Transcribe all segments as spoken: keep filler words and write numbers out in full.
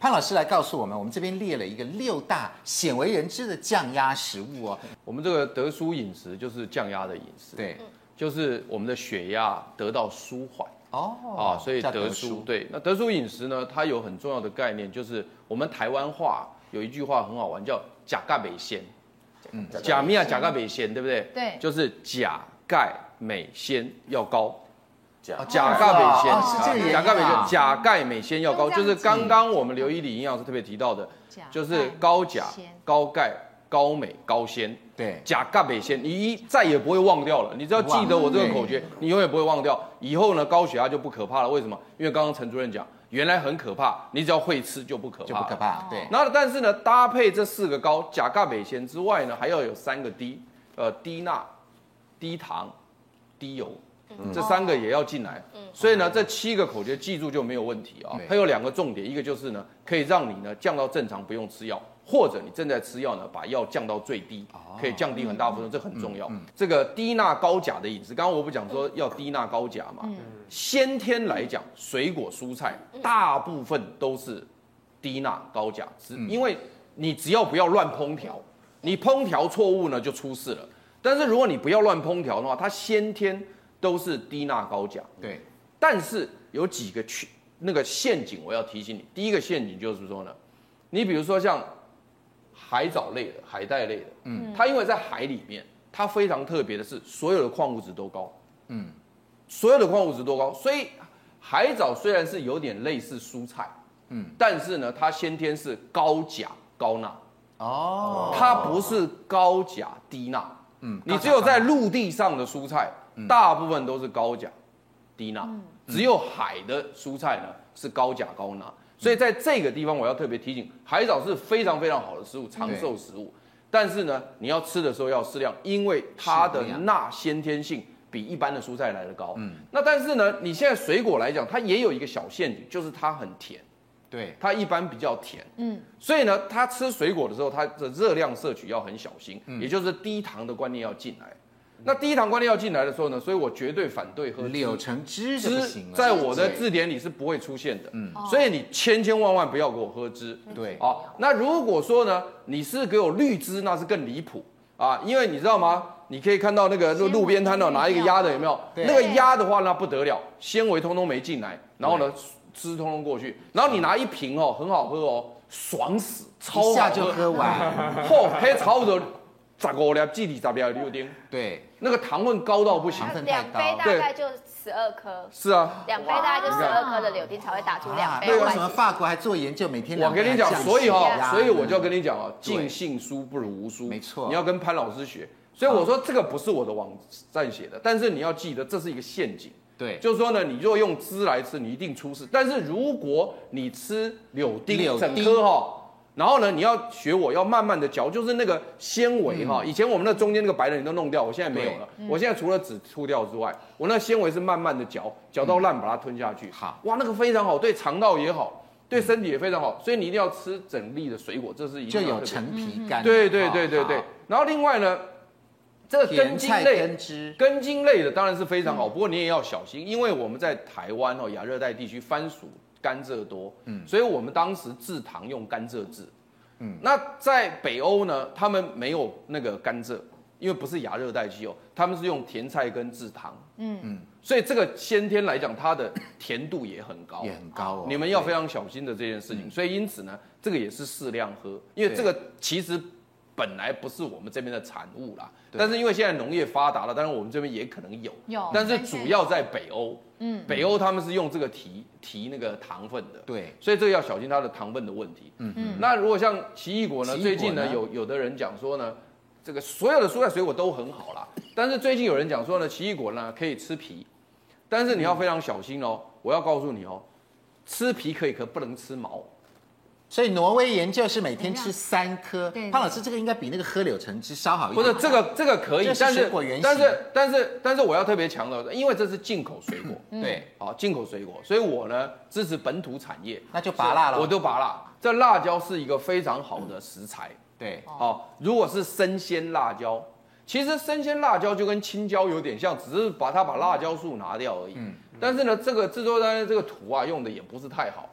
潘老师来告诉我们，我们这边列了一个六大鲜为人知的降压食物哦。 我们这个德舒饮食就是降压的饮食， 对， 就是我们的血压得到舒缓。 哦， 啊，所以叫德舒对，那德舒饮食呢，它有很重要的概念，就是我们台湾话有一句话很好玩，叫钾钙镁酰。嗯，钾米啊，钾钙镁酰，对不对？ 对， 就是钾钙镁酰要高。 钾钾钙镁酰是这个钾钙镁酰，钾钙镁酰要高，就是刚刚我们刘一里营养师特别提到的，就是高钾、高钙、高镁、高硒。 对， 钾钙镁酰，你一再也不会忘掉了。你只要记得我这个口诀，你永远不会忘掉。以后呢，高血压就不可怕了。为什么？因为刚刚陈主任讲，原来很可怕，你只要会吃就不可怕， 就不可怕。对。 然后，但是呢，搭配这四个高钾钙镁酰之外呢，还要有三个低，呃，低钠、低糖、低油。嗯、这三个也要进来，嗯、所以呢，这七个口诀记住就没有问题啊、哦。它有两个重点，一个就是呢，可以让你呢降到正常，不用吃药，或者你正在吃药呢，把药降到最低，可以降低很大部分，这很重要。嗯嗯、这个低钠高钾的饮食，刚刚我不讲说要低钠高钾嘛？嗯、先天来讲，水果蔬菜大部分都是低钠高钾，嗯、因为你只要不要乱烹调，你烹调错误呢就出事了。但是如果你不要乱烹调的话，它先天都是低钠高钾， 对， 但是有几个去那个陷阱，我要提醒你。第一个陷阱就是说呢，你比如说像海藻类的、海带类的，嗯，它因为在海里面，它非常特别的是，所有的矿物质都高，嗯，所有的矿物质都高，所以海藻虽然是有点类似蔬菜，嗯，但是呢，它先天是高钾高钠，哦，它不是高钾低钠，嗯，你只有在陆地上的蔬菜。大部分都是高钾、低钠，只有海的蔬菜呢是高钾高钠，所以在这个地方我要特别提醒，海藻是非常非常好的食物，长寿食物，但是呢你要吃的时候要适量，因为它的钠先天性比一般的蔬菜来得高。嗯，那但是呢，你现在水果来讲，它也有一个小陷阱，就是它很甜。对，它一般比较甜，嗯，所以呢，它吃水果的时候，它的热量摄取要很小心，嗯、也就是低糖的观念要进来。那低糖观念要进来的时候呢，所以我绝对反对喝柳橙汁，汁在我的字典里是不会出现的。嗯，所以你千千万万不要给我喝汁。 对， 好，那如果说呢，你是给我绿汁，那是更离谱啊，因为你知道吗？你可以看到那个路边摊哦，拿一个鸭的有没有？那个鸭的话那不得了，纤维通通没进来，然后呢汁通通过去，然后你拿一瓶哦，很好喝哦，爽死，超好喝，一下就喝完， 嚯，还差不多。十五粒至二十粒柳丁， 对， 那个糖分高到不行， 两杯大概就十二颗， 是啊， 两杯大概就十二颗的柳丁才会打出两杯。 对，为什么法国还做研究，每天我跟你讲，所以哈，所以我就要跟你讲啊，尽信书不如无书， 没错， 你要跟潘老师学。所以我说这个不是我的网站写的，但是你要记得这是一个陷阱。 对， 就是说呢，你如果用汁来吃，你一定出事。但是如果你吃柳丁整颗哈。然后呢，你要学我要慢慢的嚼，就是那个纤维哈。以前我们那中间那个白的你都弄掉，我现在没有了。我现在除了籽吐掉之外，我那纤维是慢慢的嚼，嚼到烂把它吞下去。好，哇，那个非常好，对肠道也好，对身体也非常好。所以你一定要吃整粒的水果，这是一定就有陈皮干。 对对对对对。然后另外呢，这个根茎类、 根枝、 根茎类的当然是非常好，不过你也要小心，因为我们在台湾哦亚热带地区番薯。甘蔗多，嗯，所以我们当时制糖用甘蔗制，嗯，那在北欧呢，他们没有那个甘蔗，因为不是亚热带气候，他们是用甜菜根制糖，嗯嗯，所以这个先天来讲，它的甜度也很高， 也很高、哦， 你们要非常小心的这件事情。所以因此呢，这个也是适量喝，因为这个其实本来不是我们这边的产物啦，但是因为现在农业发达了，当然我们这边也可能有， 有， 但是主要在北欧。嗯，北欧他们是用这个提提那个糖分的， 对， 所以这个要小心它的糖分的问题。嗯嗯，那如果像奇异果呢，最近呢有有的人讲说呢，这个所有的蔬菜水果都很好啦，但是最近有人讲说呢，奇异果呢可以吃皮，但是你要非常小心哦，我要告诉你哦，吃皮可以，可不能吃毛。 所以挪威研究是每天吃三颗。潘老师，这个应该比那个喝柳橙汁稍好一点。 不是这个这个可以， 但是但是但是但是我要特别强调，因为这是进口水果， 对， 好进口水果，所以我呢支持本土产业， 那就拔辣了。 我就拔辣。这辣椒是一个非常好的食材， 对， 好，如果是生鲜辣椒，其实生鲜辣椒就跟青椒有点像，只是把它把辣椒素拿掉而已。嗯，但是呢，这个制作单这个图啊用的也不是太好。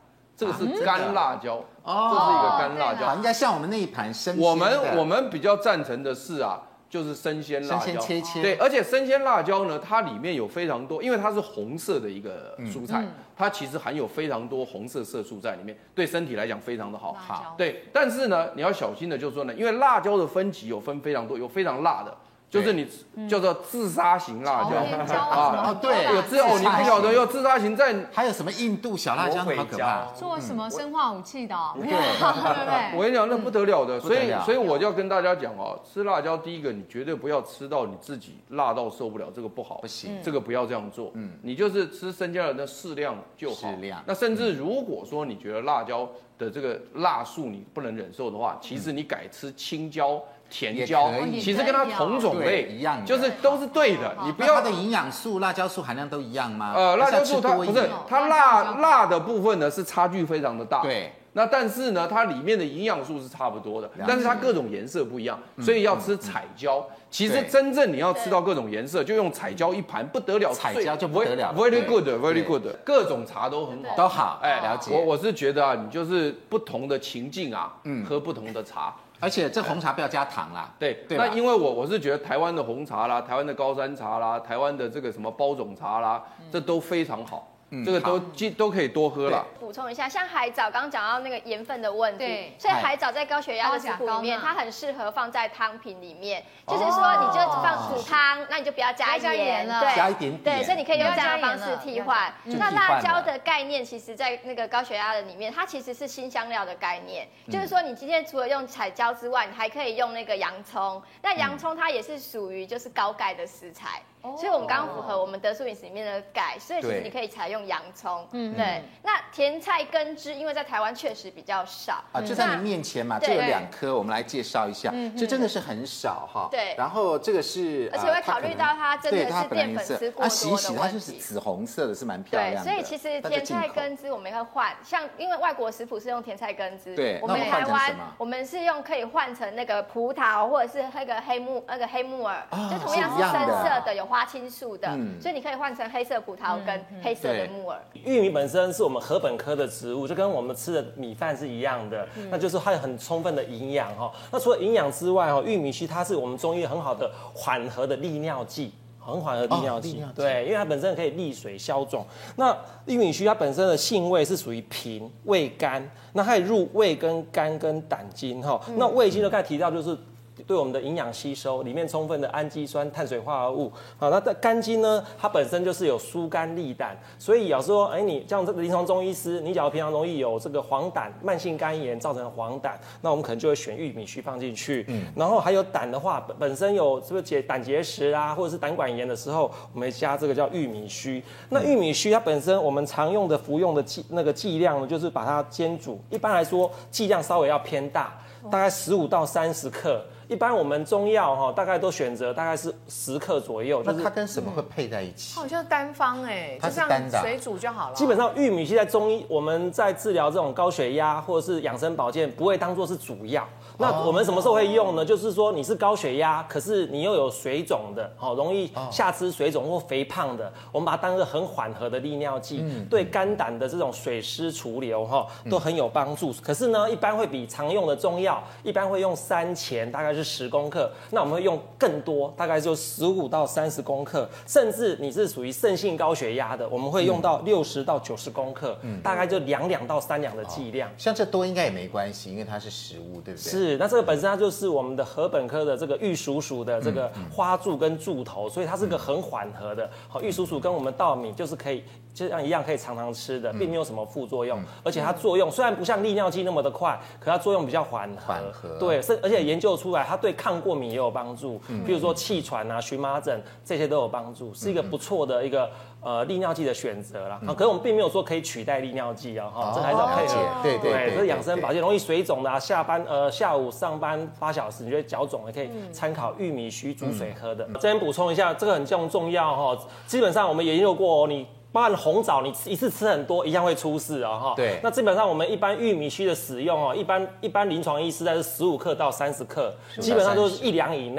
这个是干辣椒，哦，这是一个干辣椒， 应该像我们那一盘生鲜。 我们我们比较赞成的是啊。就是生鲜辣椒， 生鲜切切， 对，而且生鲜辣椒呢，它里面有非常多，因为它是红色的一个蔬菜，嗯、它其实含有非常多红色色素在里面，对身体来讲非常的好。好，对，但是呢，你要小心的就是说呢，因为辣椒的分级有分非常多，有非常辣的。就是你叫做自杀型辣椒啊，哦对， 有自哦，你不晓得有自杀型在， 还有什么印度小辣椒，好可怕， 做什么生化武器的，对对对。 我跟你讲，那不得了的，所以所以我就要跟大家讲哦，吃辣椒，第一个你绝对不要吃到你自己辣到受不了，这个不好， 不行， 这个不要这样做，嗯，你就是吃生姜的适量就好， 适量。 那甚至如果说你觉得辣椒的这个辣素你不能忍受的话，其实你改吃青椒。甜椒其实跟它同种类一样， 就是都是对的。你不要它的营养素、辣椒素含量都一样吗？ 呃，辣椒素它不是它辣辣的部分呢是差距非常的大。 对。 那但是呢，它里面的营养素是差不多的，但是它各种颜色不一样，所以要吃彩椒。其实真正你要吃到各种颜色，就用彩椒一盘，不得了， 彩椒就不得了 ，very good，very good， 各种茶都很好， 都好，哎，了解。 我我是觉得啊，你就是不同的情境啊，嗯，喝不同的茶。 而且这红茶不要加糖啦， 对，那因为我我是觉得台湾的红茶啦，台湾的高山茶啦，台湾的这个什么包种茶啦，这都非常好。这个都都可以多喝了。 补充一下，像海藻，刚刚讲到那个盐分的问题，所以海藻在高血压的食谱里面，它很适合放在汤品里面。就是说，你就放煮汤，那你就不要加盐了， 加一点点。 对，所以你可以用这样的方式替换。那辣椒的概念，其实在那个高血压的里面，它其实是辛香料的概念。就是说，你今天除了用彩椒之外，你还可以用那个洋葱。那洋葱它也是属于就是高钙的食材。所以我们刚刚符合我们德素饮食里面的钙，所以其实你可以采用洋葱。嗯，对。那甜菜根枝，因为在台湾确实比较少啊，就在你面前嘛，这有两颗，我们来介绍一下，这真的是很少哈。 对。 然后这个是， 而且会考虑到它真的是淀粉吃过多的问题。它洗一洗，它就是紫红色的，是蛮漂亮的。 对，所以其实甜菜根枝我们会换，像因为外国食谱是用甜菜根枝， 对， 我们台湾我们是用可以换成那个葡萄或者是那个黑木那个黑木耳，就同样是深色的，有花青素的。嗯，所以你可以换成黑色葡萄跟黑色的木耳。 玉米本身是我们禾本科的植物，就跟我们吃的米饭是一样的，嗯、那就是它有很充分的营养哈。那除了营养之外哈，玉米须它是我们中医很好的缓和的利尿剂。很缓和利尿剂，哦、对，因为它本身可以利水消肿。那玉米须它本身的性味是属于平味甘，那它也入胃跟肝跟胆经哈。嗯、那胃经就刚才提到就是。对我们的营养吸收，里面充分的氨基酸、碳水化合物。好，那在肝经呢，它本身就是有疏肝利胆，所以有时候，哎，你像这个临床中医师，你假如平常容易有这个黄疸、慢性肝炎造成黄疸，那我们可能就会选玉米须放进去。嗯，然后还有胆的话，本身有是不是结胆结石啊，或者是胆管炎的时候，我们加这个叫玉米须。那玉米须它本身我们常用的服用的剂那个剂量呢，就是把它煎煮，一般来说剂量稍微要偏大，大概十五到三十克。一般我们中药哈，大概都选择大概是十克左右。 那它跟什么会配在一起？ 好像单方哎， 它是单的， 水煮就好了。 基本上玉米现在中医我们在治疗这种高血压或者是养生保健，不会当做是主要。那我们什么时候会用呢？就是说你是高血压，可是你又有水肿的，好容易下肢水肿或肥胖的，我们把它当个很缓和的利尿剂，嗯、对肝胆的这种水湿除流哈都很有帮助。可是呢，一般会比常用的中药，一般会用三钱，大概是十公克。那我们会用更多，大概就十五到三十公克，甚至你是属于肾性高血压的，我们会用到六十到九十公克，嗯、大概就两两到三两的剂量。 哦、像这多应该也没关系，因为它是食物，对不对？ 是。是，那这个本身它就是我们的禾本科的这个玉蜀黍的这个花柱跟柱头，所以它是个很缓和的。好，玉蜀黍跟我们稻米就是可以，就像一样可以常常吃的，并没有什么副作用，而且它作用虽然不像利尿剂那么的快，可它作用比较缓和。缓和。对，是而且研究出来它对抗过敏也有帮助，比如说气喘啊、荨麻疹这些都有帮助，是一个不错的一个呃利尿剂的选择啦。可是我们并没有说可以取代利尿剂啊，哈，这还是要配合。 对对对， 这是养生保健，容易水肿的啊，下班呃下午上班八小时，你觉得脚肿也可以参考玉米须煮水喝的。这边补充一下，这个很重重要哈。基本上我们研究过哦，你包含红枣，你一次吃很多，一样会出事啊哈。 对。 那基本上我们一般玉米须的使用哦，一般一般临床医师在是十五克到三十克，基本上都是一两以内。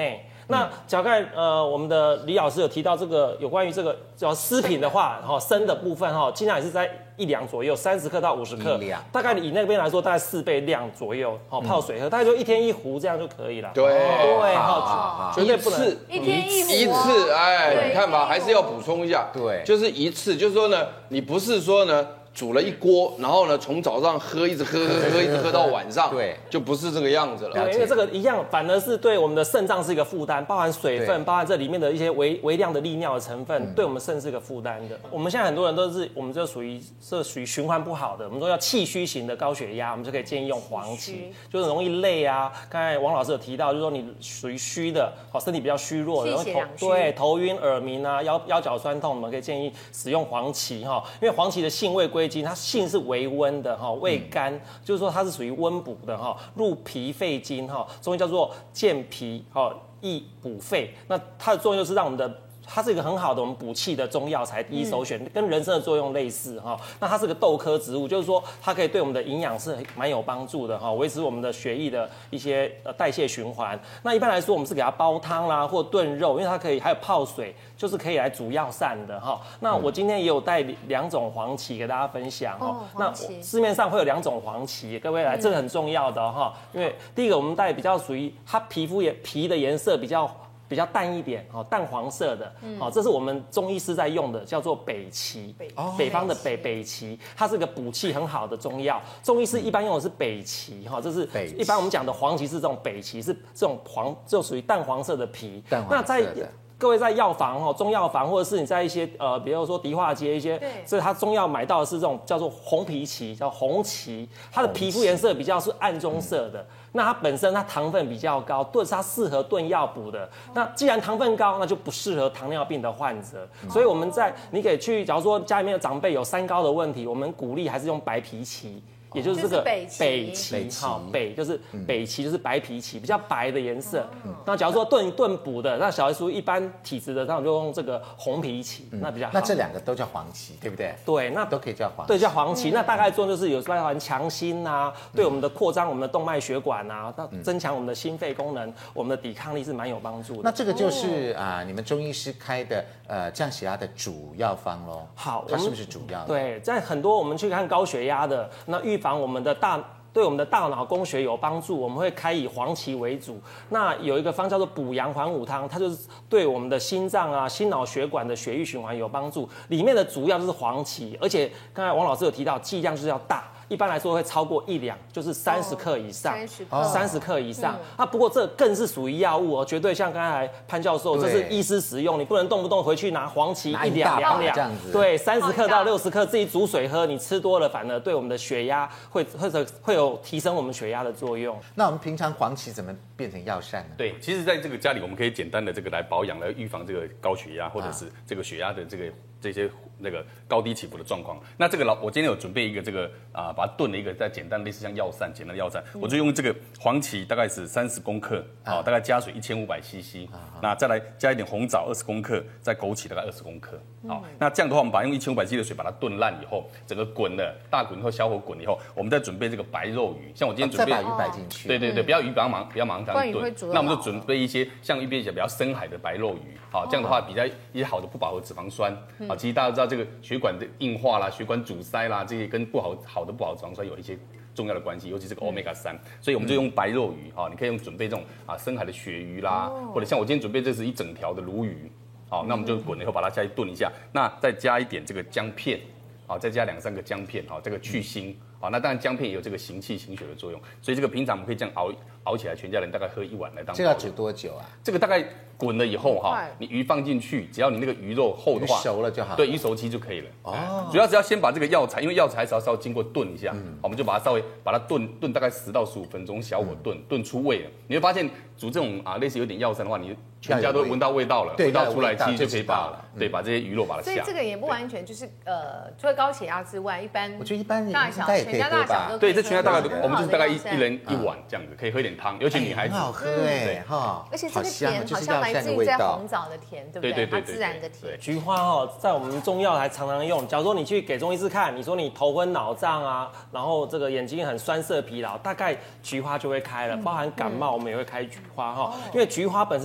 那小盖呃，我们的李老师有提到这个有关于这个只要湿品的话，哈，生的部分哈，尽量也是在一两左右，三十克到五十克，大概以那边来说，大概四倍量左右，好泡水喝，大概就一天一壶这样就可以了。 对对，好，绝对不能一天一壶， 一次，哎，你看吧，还是要补充一下， 对， 就是一次，就是说呢，你不是说呢。煮了一锅，然后呢，从早上喝一直喝喝喝一直喝到晚上， 对， 就不是这个样子了。 对，因为这个一样，反而是对我们的肾脏是一个负担，包含水分，包含这里面的一些微微量的利尿的成分，嗯、对我们肾是一个负担的。我们现在很多人都是，我们这属于这属于循环不好的，我们说要气虚型的高血压，我们就可以建议用黄芪，就是容易累啊。刚才王老师有提到，就是说你属于虚的，好，身体比较虚弱的，然后头对头晕耳鸣啊，腰腰脚酸痛，我们可以建议使用黄芪哈，因为黄芪的性味归经，它性是微温的哈，味甘，嗯、就是说它是属于温补的哈，入脾肺经哈，中医叫做健脾哈，益补肺。那它的作用就是让我们的，它是一个很好的我们补气的中药材第一首选，嗯、跟人参的作用类似哈。那它是个豆科植物，就是说它可以对我们的营养是蛮有帮助的哈，维持我们的血液的一些呃代谢循环。那一般来说，我们是给它煲汤啦或炖肉，因为它可以还有泡水，就是可以来煮药膳的哈。那我今天也有带两种黄芪给大家分享哈。哦、那市面上会有两种黄芪，各位来，这个很重要的哈，因为第一个我们带比较属于它皮肤颜皮的颜色比较。比较淡一点，哦，淡黄色的，哦，这是我们中医师在用的，叫做北芪，北方的北北芪，它是个补气很好的中药。中医师一般用的是北芪，哈，这是一般我们讲的黄芪是这种北芪，是这种黄，就属于淡黄色的皮。那在各位在药房哈，中药房或者是你在一些呃，比如说迪化街一些，这它中药买到的是这种叫做红皮芪，叫红芪，它的皮肤颜色比较是暗棕色的。那它本身它糖分比较高，炖它适合炖药补的。那既然糖分高，那就不适合糖尿病的患者。所以我们在你可以去，假如说家里面的长辈有三高的问题，我们鼓励还是用白皮芪。也就是这个北芪，好，北就是北芪，就是白皮芪，比较白的颜色。那假如说炖炖补的，那小孩叔一般体质的，那我就用这个红皮芪，那比较好。 那这两个都叫黄芪，对不对？ 对，那都可以叫黄。 对，叫黄芪。那大概作用就是有包含强心啊，对我们的扩张我们的动脉血管啊，那增强我们的心肺功能，我们的抵抗力是蛮有帮助的。 那这个就是啊，你们中医师开的呃降血压的主药方喽。 好， 它是不是主要的？ 对，在很多我们去看高血压的，那预防我们的大对我们的大脑供血有帮助，我们会开以黄芪为主。那有一个方叫做补阳还五汤，它就是对我们的心脏啊、心脑血管的血液循环有帮助。里面的主要就是黄芪，而且刚才王老师有提到剂量就是要大。一般来说会超过一两，就是三十克以上，三十克以上。啊，不过这更是属于药物哦，绝对像刚才潘教授，这是医师使用，你不能动不动回去拿黄芪一两两两，对，三十克到六十克自己煮水喝，你吃多了反而对我们的血压会或者会有提升我们血压的作用。 那我们平常黄芪怎么变成药膳呢？ 对，其实在这个家里我们可以简单的这个来保养，来预防这个高血压或者是这个血压的这个这些那个高低起伏的状况。那这个老我今天有准备一个这个啊、呃，把它炖了一个再简单类似像药膳简单的药膳，嗯、我就用这个黄芪大概是三十公克，啊、哦，大概加水一千五百 C C， 那再来加一点红枣二十公克，再枸杞大概二十公克，好、嗯，那这样的话我们把用一千五百 C C 的水把它炖烂以后，整个滚了大滚以后小火滚以后，我们再准备这个白肉鱼，像我今天准备、 哦、再把鱼摆进去， 对对对，不要鱼不要忙不要忙这样炖，那我们就准备一些像一边比较深海的白肉鱼，好，这样的话比较一些好的不饱和脂肪酸，好，其实大家知道这个血管的硬化啦、血管阻塞啦，这些跟不好好的不好脂肪酸有一些重要的关系，尤其是个 omega 三，所以我们就用白肉鱼，哈，你可以用准备这种啊深海的鳕鱼啦，或者像我今天准备这是一整条的鲈鱼，好，那我们就滚了以后把它下去炖一下，那再加一点这个姜片，好，再加两三个姜片，好，这个去腥。好，那当然姜片也有这个行气行血的作用，所以这个平常我们可以这样熬熬起来，全家人大概喝一碗来当。 这要煮多久啊？ 这个大概滚了以后哈，你鱼放进去，只要你那个鱼肉厚的话， 鱼熟了就好。 对，鱼熟期就可以了。哦，主要只要先把这个药材，因为药材还是要稍微经过炖一下，嗯、我们就把它稍微把它炖炖大概十到十五分钟，小火炖炖出味了。你会发现煮这种啊类似有点药膳的话，你全家都闻到味道了，味道出来其实就可以把对把这些鱼肉把它下。 所以这个也不完全就是呃，除了高血压之外，一般我觉得一般大小全家大小都对。这全家大概我们就是大概一一人一碗这样子，可以喝一点汤，尤其女孩子。 很好喝哎哈， 而且这个甜好像来自于在红枣的甜，对不对？对对对，它自然的甜。 菊花哈，在我们中药还常常用。假如说你去给中医师看，你说你头昏脑胀啊，然后这个眼睛很酸涩疲劳，大概菊花就会开了。包含感冒我们也会开菊花哈，因为菊花本身在中医的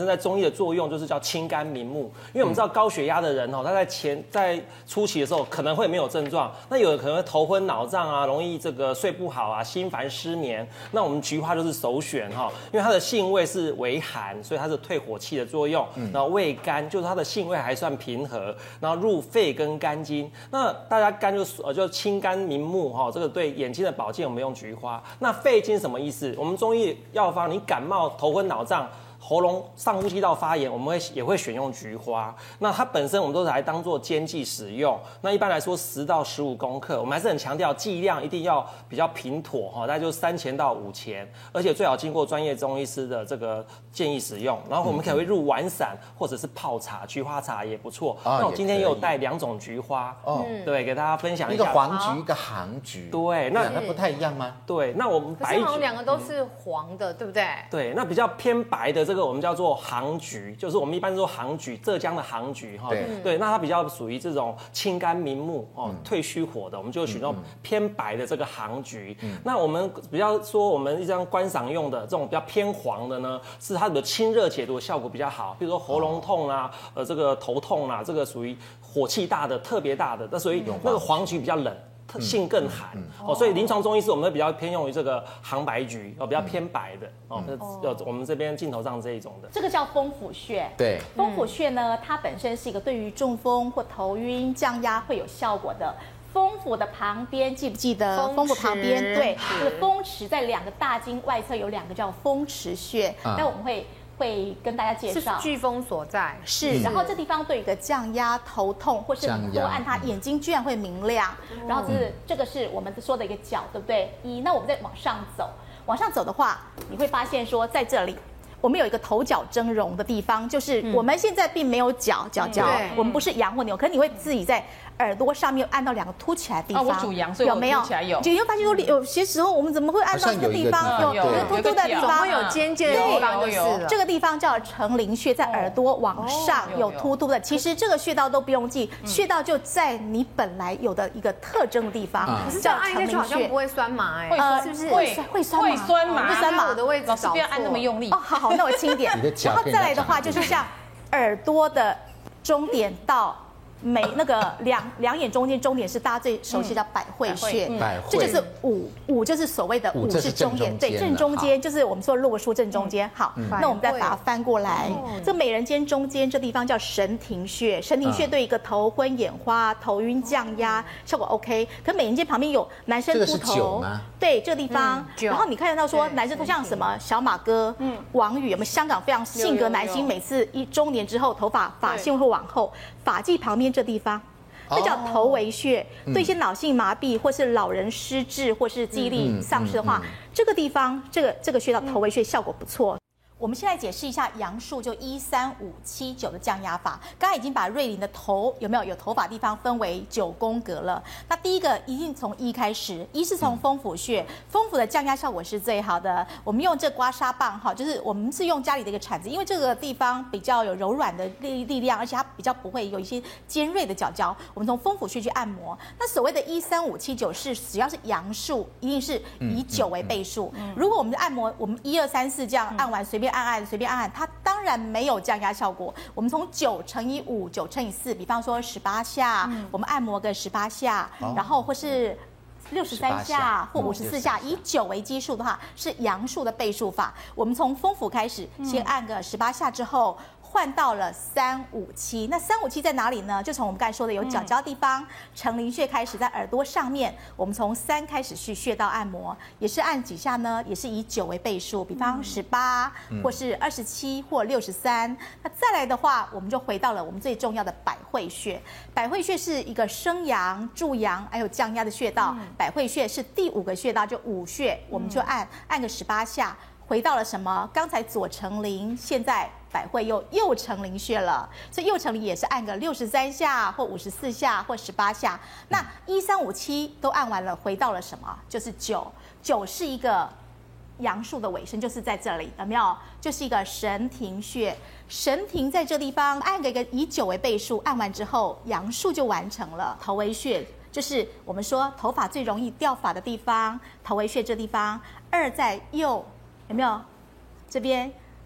的作用就是叫清肝明目，因为我们知道高血压的人哦，他在前在初期的时候可能会没有症状，那有的可能会头昏脑胀啊，容易这个睡不好啊，心烦失眠。那我们菊花就是首选哈，因为它的性味是微寒，所以它是退火气的作用。然后味甘，就是它的性味还算平和，然后入肺跟肝经。那大家肝就呃就清肝明目哈，这个对眼睛的保健我们用菊花。那肺经什么意思？我们中医药方，你感冒头昏脑胀。喉咙上呼吸道发炎，我们会也会选用菊花。那它本身我们都是来当做煎剂使用。那一般来说十到十五公克，我们还是很强调剂量一定要比较平妥哈，大概就三钱到五钱，而且最好经过专业中医师的这个建议使用。然后我们可以入丸散或者是泡茶，菊花茶也不错。哦、那我今天也有带两种菊花，哦，对，给大家分享一下。 一个黄菊，一个杭菊。 对，那两个不太一样吗？ 对，那我们白菊好像两个都是黄的，对不对？ 对，那比较偏白的这个我们叫做杭菊，就是我们一般说杭菊，浙江的杭菊哈。对, 对，那它比较属于这种清肝明目哦、嗯，退虚火的，我们就选用偏白的这个杭菊。嗯、那我们比较说我们一张观赏用的这种比较偏黄的呢，是它的清热解毒的效果比较好，比如说喉咙痛啊，呃，这个头痛啊，这个属于火气大的、特别大的，那所以那个黄菊比较冷。性更寒、嗯嗯、哦，所以临床中医师我们会比较偏用于这个杭白菊哦，比较偏白的、嗯、哦，有我们这边镜头上这一种的， 这个叫风府穴。 对， 风府穴呢，它本身是一个对于中风或头晕、降压会有效果的。风府的旁边，记不记得？风府旁边，对，这个风池在两个大经外侧有两个叫风池穴，那、嗯、我们会。会跟大家介绍， 是飓风所在， 是。嗯、然后这地方对一个降压、头痛，或是你多按它，眼睛居然会明亮。嗯、然后这是、嗯、这个是我们说的一个角，对不对？一，那我们再往上走，往上走的话，你会发现说在这里。我们有一个头角峥嵘的地方，就是我们现在并没有角角角，嗯、我们不是羊或牛，可是你会自己在耳朵上面按到两个凸起来的地方。 啊，我属羊，所以我凸起来有。 你会发现说，有些时候我们怎么会按到这个地方？ 有有凸凸的地方， 会有尖尖的地方就是了。 这个地方叫承陵穴，在耳朵往上有凸凸的。其实这个穴道都不用记，穴道就在你本来有的一个特征的地方。 可是这样按下去好像不会酸麻哎， 呃， 是不是？ 会会酸会酸麻， 会酸麻。 我的位置老师不要按那么用力。 哦，好好，那我轻一点。然后再来的话，就是像耳朵的中点到眉那个两两眼中间，中点是大家最熟悉的百会穴， 百会， 这就是五五，就是所谓的五是中点，对，正中间就是我们说洛书正中间。好，那我们再把它翻过来，这美人尖中间这地方叫神庭穴，神庭穴对一个头昏眼花、头晕降压效果 OK。可美人尖旁边有男生秃头，对，这个地方，然后你看得到说男生他像什么小马哥、王宇，我们香港非常性格男星，每次一中年之后头发发性会往后，发际旁边。这地方，这叫头维穴。哦、对一些脑性麻痹或是老人失智或是记忆力丧失的话，嗯嗯嗯、这个地方，这个这个穴道头维穴效果不错。我们现在解释一下杨树就一三五七九的降压法。刚才已经把瑞麟的头有没有有头发地方分为九宫格了。那第一个一定从一开始，一是从风府穴，风府的降压效果是最好的。我们用这刮痧棒哈，就是我们是用家里的一个铲子，因为这个地方比较有柔软的力力量，而且它比较不会有一些尖锐的角角。我们从风府穴去按摩。那所谓的一三五七九是只要是杨树，一定是以九为倍数。如果我们按摩，我们一二三四这样按完随便。按按随便按按，它当然没有降压效果。我们从九乘以五，九乘以四，比方说十八下，嗯、我们按摩个十八下，哦、然后或是六十三下或五十四下，以九为基数的话，是杨树的倍数法。我们从风府开始，先按个十八下之后。换到了三五七，那三五七在哪里呢？就从我们刚才说的有角角地方，承陵穴开始，在耳朵上面，我们从三开始去穴道按摩，也是按几下呢？也是以九为倍数，比方十八、嗯、或是二十七或六十三。那再来的话，我们就回到了我们最重要的百会穴。百会穴是一个生阳、助阳还有降压的穴道，嗯、百会穴是第五个穴道，就五穴，我们就按按个十八下。回到了什么？刚才左承陵，现在百会又右承陵穴了，所以右承陵也是按个六十三下或五十四下或十八下。那一三五七都按完了，回到了什么？就是九，九是一个阳数的尾声，就是在这里，有没有？就是一个神庭穴，神庭在这地方按个一个以九为倍数，按完之后阳数就完成了。头维穴。就是我们说头发最容易掉发的地方，头维穴这地方。二在右。有没有？这边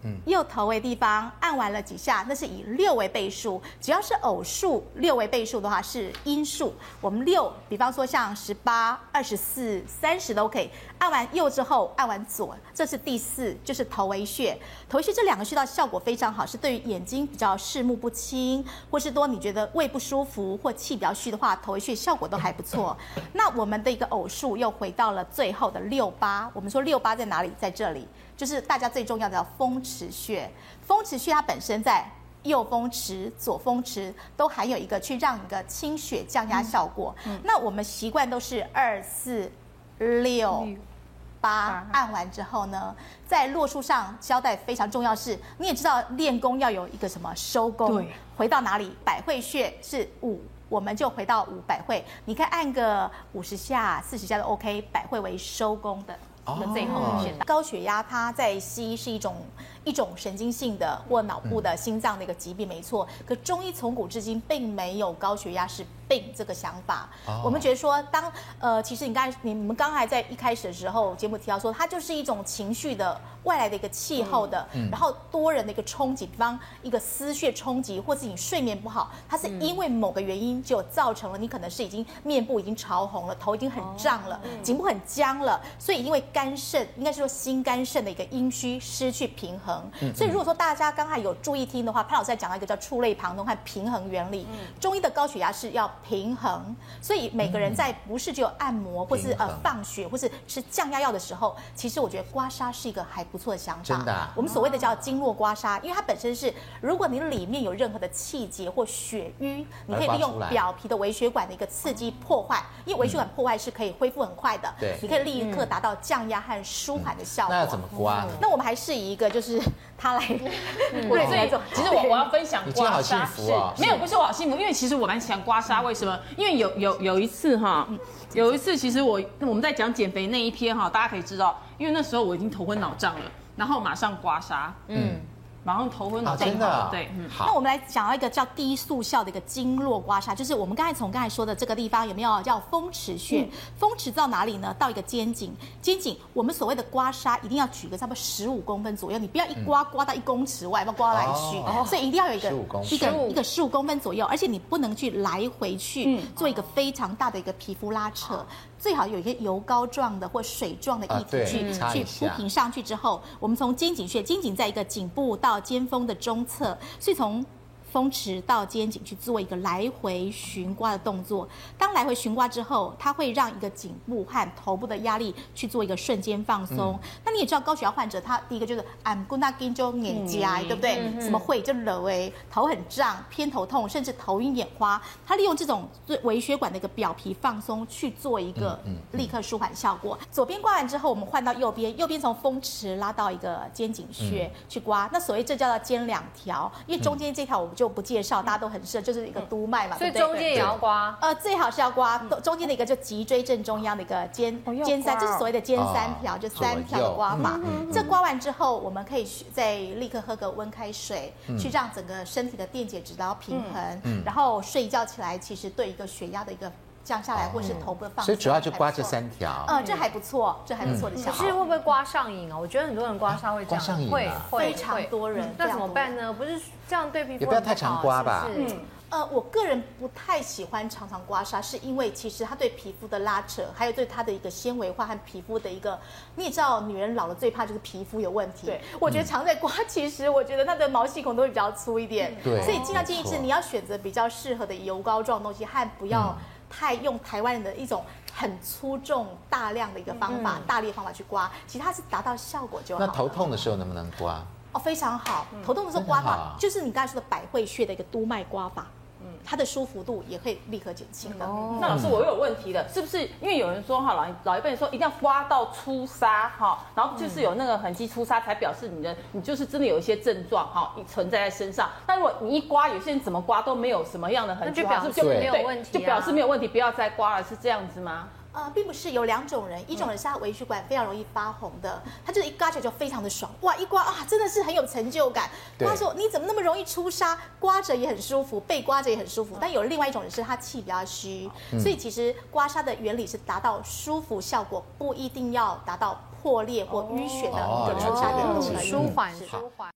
右头围地方按完了几下，那是以六为倍数。只要是偶数六为倍数的话是阴数。我们六，比方说像十八、二十四、三十都可以。按完右之后，按完左，这是第四，就是头围穴。头围穴这两个穴道效果非常好，是对于眼睛比较视目不清，或是多你觉得胃不舒服或气比较虚的话，头围穴效果都还不错。那我们的一个偶数又回到了最后的六八。我们说六八在哪里？在这里。就是大家最重要的风池穴，风池穴它本身在右风池、左风池都含有一个去让一个清血降压效果。嗯、那我们习惯都是二四六八按完之后呢，在络数上交代非常重要是，你也知道练功要有一个什么收功，对，回到哪里？百会穴是五。我们就回到五百会，你可以按个五十下、四十下都 OK， 百会为收功的。的最后的穴道，高血压它在西医是一种一种神经性的或脑部的心脏的一个疾病，没错。可中医从古至今并没有高血压是病这个想法。哦、我们觉得说，当呃，其实你刚才你们刚才在一开始的时候节目提到说，它就是一种情绪的外来的一个气候的，嗯、然后多人的一个冲击，比方一个丝血冲击，或是你睡眠不好，它是因为某个原因就造成了你可能是已经面部已经潮红了，头已经很胀了，哦、颈部很僵了，所以因为肝肾应该是说心肝肾的一个阴虚失去平衡，嗯、所以如果说大家刚才有注意听的话，潘老师在讲到一个叫触类旁通和平衡原理。嗯、中医的高血压是要平衡，所以每个人在不是只有按摩或是呃放血或是吃降压药的时候，其实我觉得刮痧是一个还不错的想法。 真的、啊， 我们所谓的叫经络刮痧，因为它本身是如果你里面有任何的气结或血瘀，你可以利用表皮的微血管的一个刺激破坏，因为微血管破坏是可以恢复很快的，对，你可以立刻达到降压和舒缓的效果。 那要怎么刮？ 那我们还是以一个就是他来， 我这种，其实我我要分享刮痧是没有，不是我好幸福，因为其实我蛮喜欢刮痧，为什么？因为有有有一次哈，有一次其实我我们在讲减肥那一篇哈，大家可以知道，因为那时候我已经头昏脑胀了，然后马上刮痧，嗯。马上头昏脑胀， 真的对，嗯， 好。那我们来讲到一个叫低速效的一个经络刮痧，就是我们刚才从刚才说的这个地方有没有叫风池穴？嗯、风池到哪里呢？到一个肩颈，肩颈我们所谓的刮痧一定要举个差不多十五公分左右，你不要一刮、嗯、刮到一公尺外，要刮来虚，哦、所以一定要有一个一个一个十五公分左右，而且你不能去来回去、嗯、做一个非常大的一个皮肤拉扯。哦，最好有一个油膏状的或水状的液体去、啊、去铺平上去之后，我们从肩颈穴，肩颈在一个颈部到肩峰的中侧，所以从风池到肩颈去做一个来回循刮的动作。当来回循刮之后，它会让一个颈部和头部的压力去做一个瞬间放松。嗯、那你也知道，高血压患者他第一个就是俺骨那筋就眼夹，对不对？嗯、什么会就惹为头很胀、偏头痛，甚至头晕眼花。他利用这种微血管的一个表皮放松去做一个立刻舒缓效果。嗯嗯、左边刮完之后，我们换到右边，右边从风池拉到一个肩颈穴去刮。嗯、那所谓这叫做肩两条，因为中间这条我们就就不介绍，大家都很适合，就是一个督脉嘛， 所以中间也要刮。 呃，最好是要刮中间的一个就脊椎正中央的一个肩肩三，这是所谓的肩三条，就三条的刮法。这刮完之后，我们可以再立刻喝个温开水，去让整个身体的电解质得到平衡，然后睡一觉起来，其实对一个血压的一个降下来，或是头部放松， 所以主要就刮这三条。 呃，这还不错，这还不错的效果。 可是会不会刮上瘾啊？我觉得很多人刮痧会这样，会非常多人。 那怎么办呢？不是这样对皮肤也不要太常刮吧。 嗯，呃，我个人不太喜欢常常刮痧，是因为其实它对皮肤的拉扯，还有对它的一个纤维化和皮肤的一个，你也知道，女人老了最怕就是皮肤有问题。对，我觉得常在刮，其实我觉得它的毛细孔都会比较粗一点。对，所以尽量建议是你要选择比较适合的油膏状的东西，和不要太用台湾人的一种很粗重大量的一个方法、嗯、大力的方法去刮，其实它是达到效果就好。 那头痛的时候能不能刮？ 哦，非常好。头痛的时候刮法，就是你刚才说的百会穴的一个督脉刮法。嗯，它的舒服度也会立刻减轻的。 哦，那老师我又有问题了，是不是因为有人说哈，老老一辈人说一定要刮到出痧哈，然后就是有那个痕迹出痧才表示你的你就是真的有一些症状哈存在在身上。但如果你一刮，有些人怎么刮都没有什么样的痕迹， 那就表示没有问题， 就表示没有问题，不要再刮了，是这样子吗？ 呃，并不是，有两种人，一种人是他微血管非常容易发红的，他就是一刮起来就非常的爽，哇，一刮啊，真的是很有成就感。他说你怎么那么容易出痧，刮着也很舒服，被刮着也很舒服。但有另外一种人是他气比较虚，嗯、所以其实刮痧的原理是达到舒服效果，不一定要达到破裂或淤血的一个出痧的路程， 舒缓舒缓。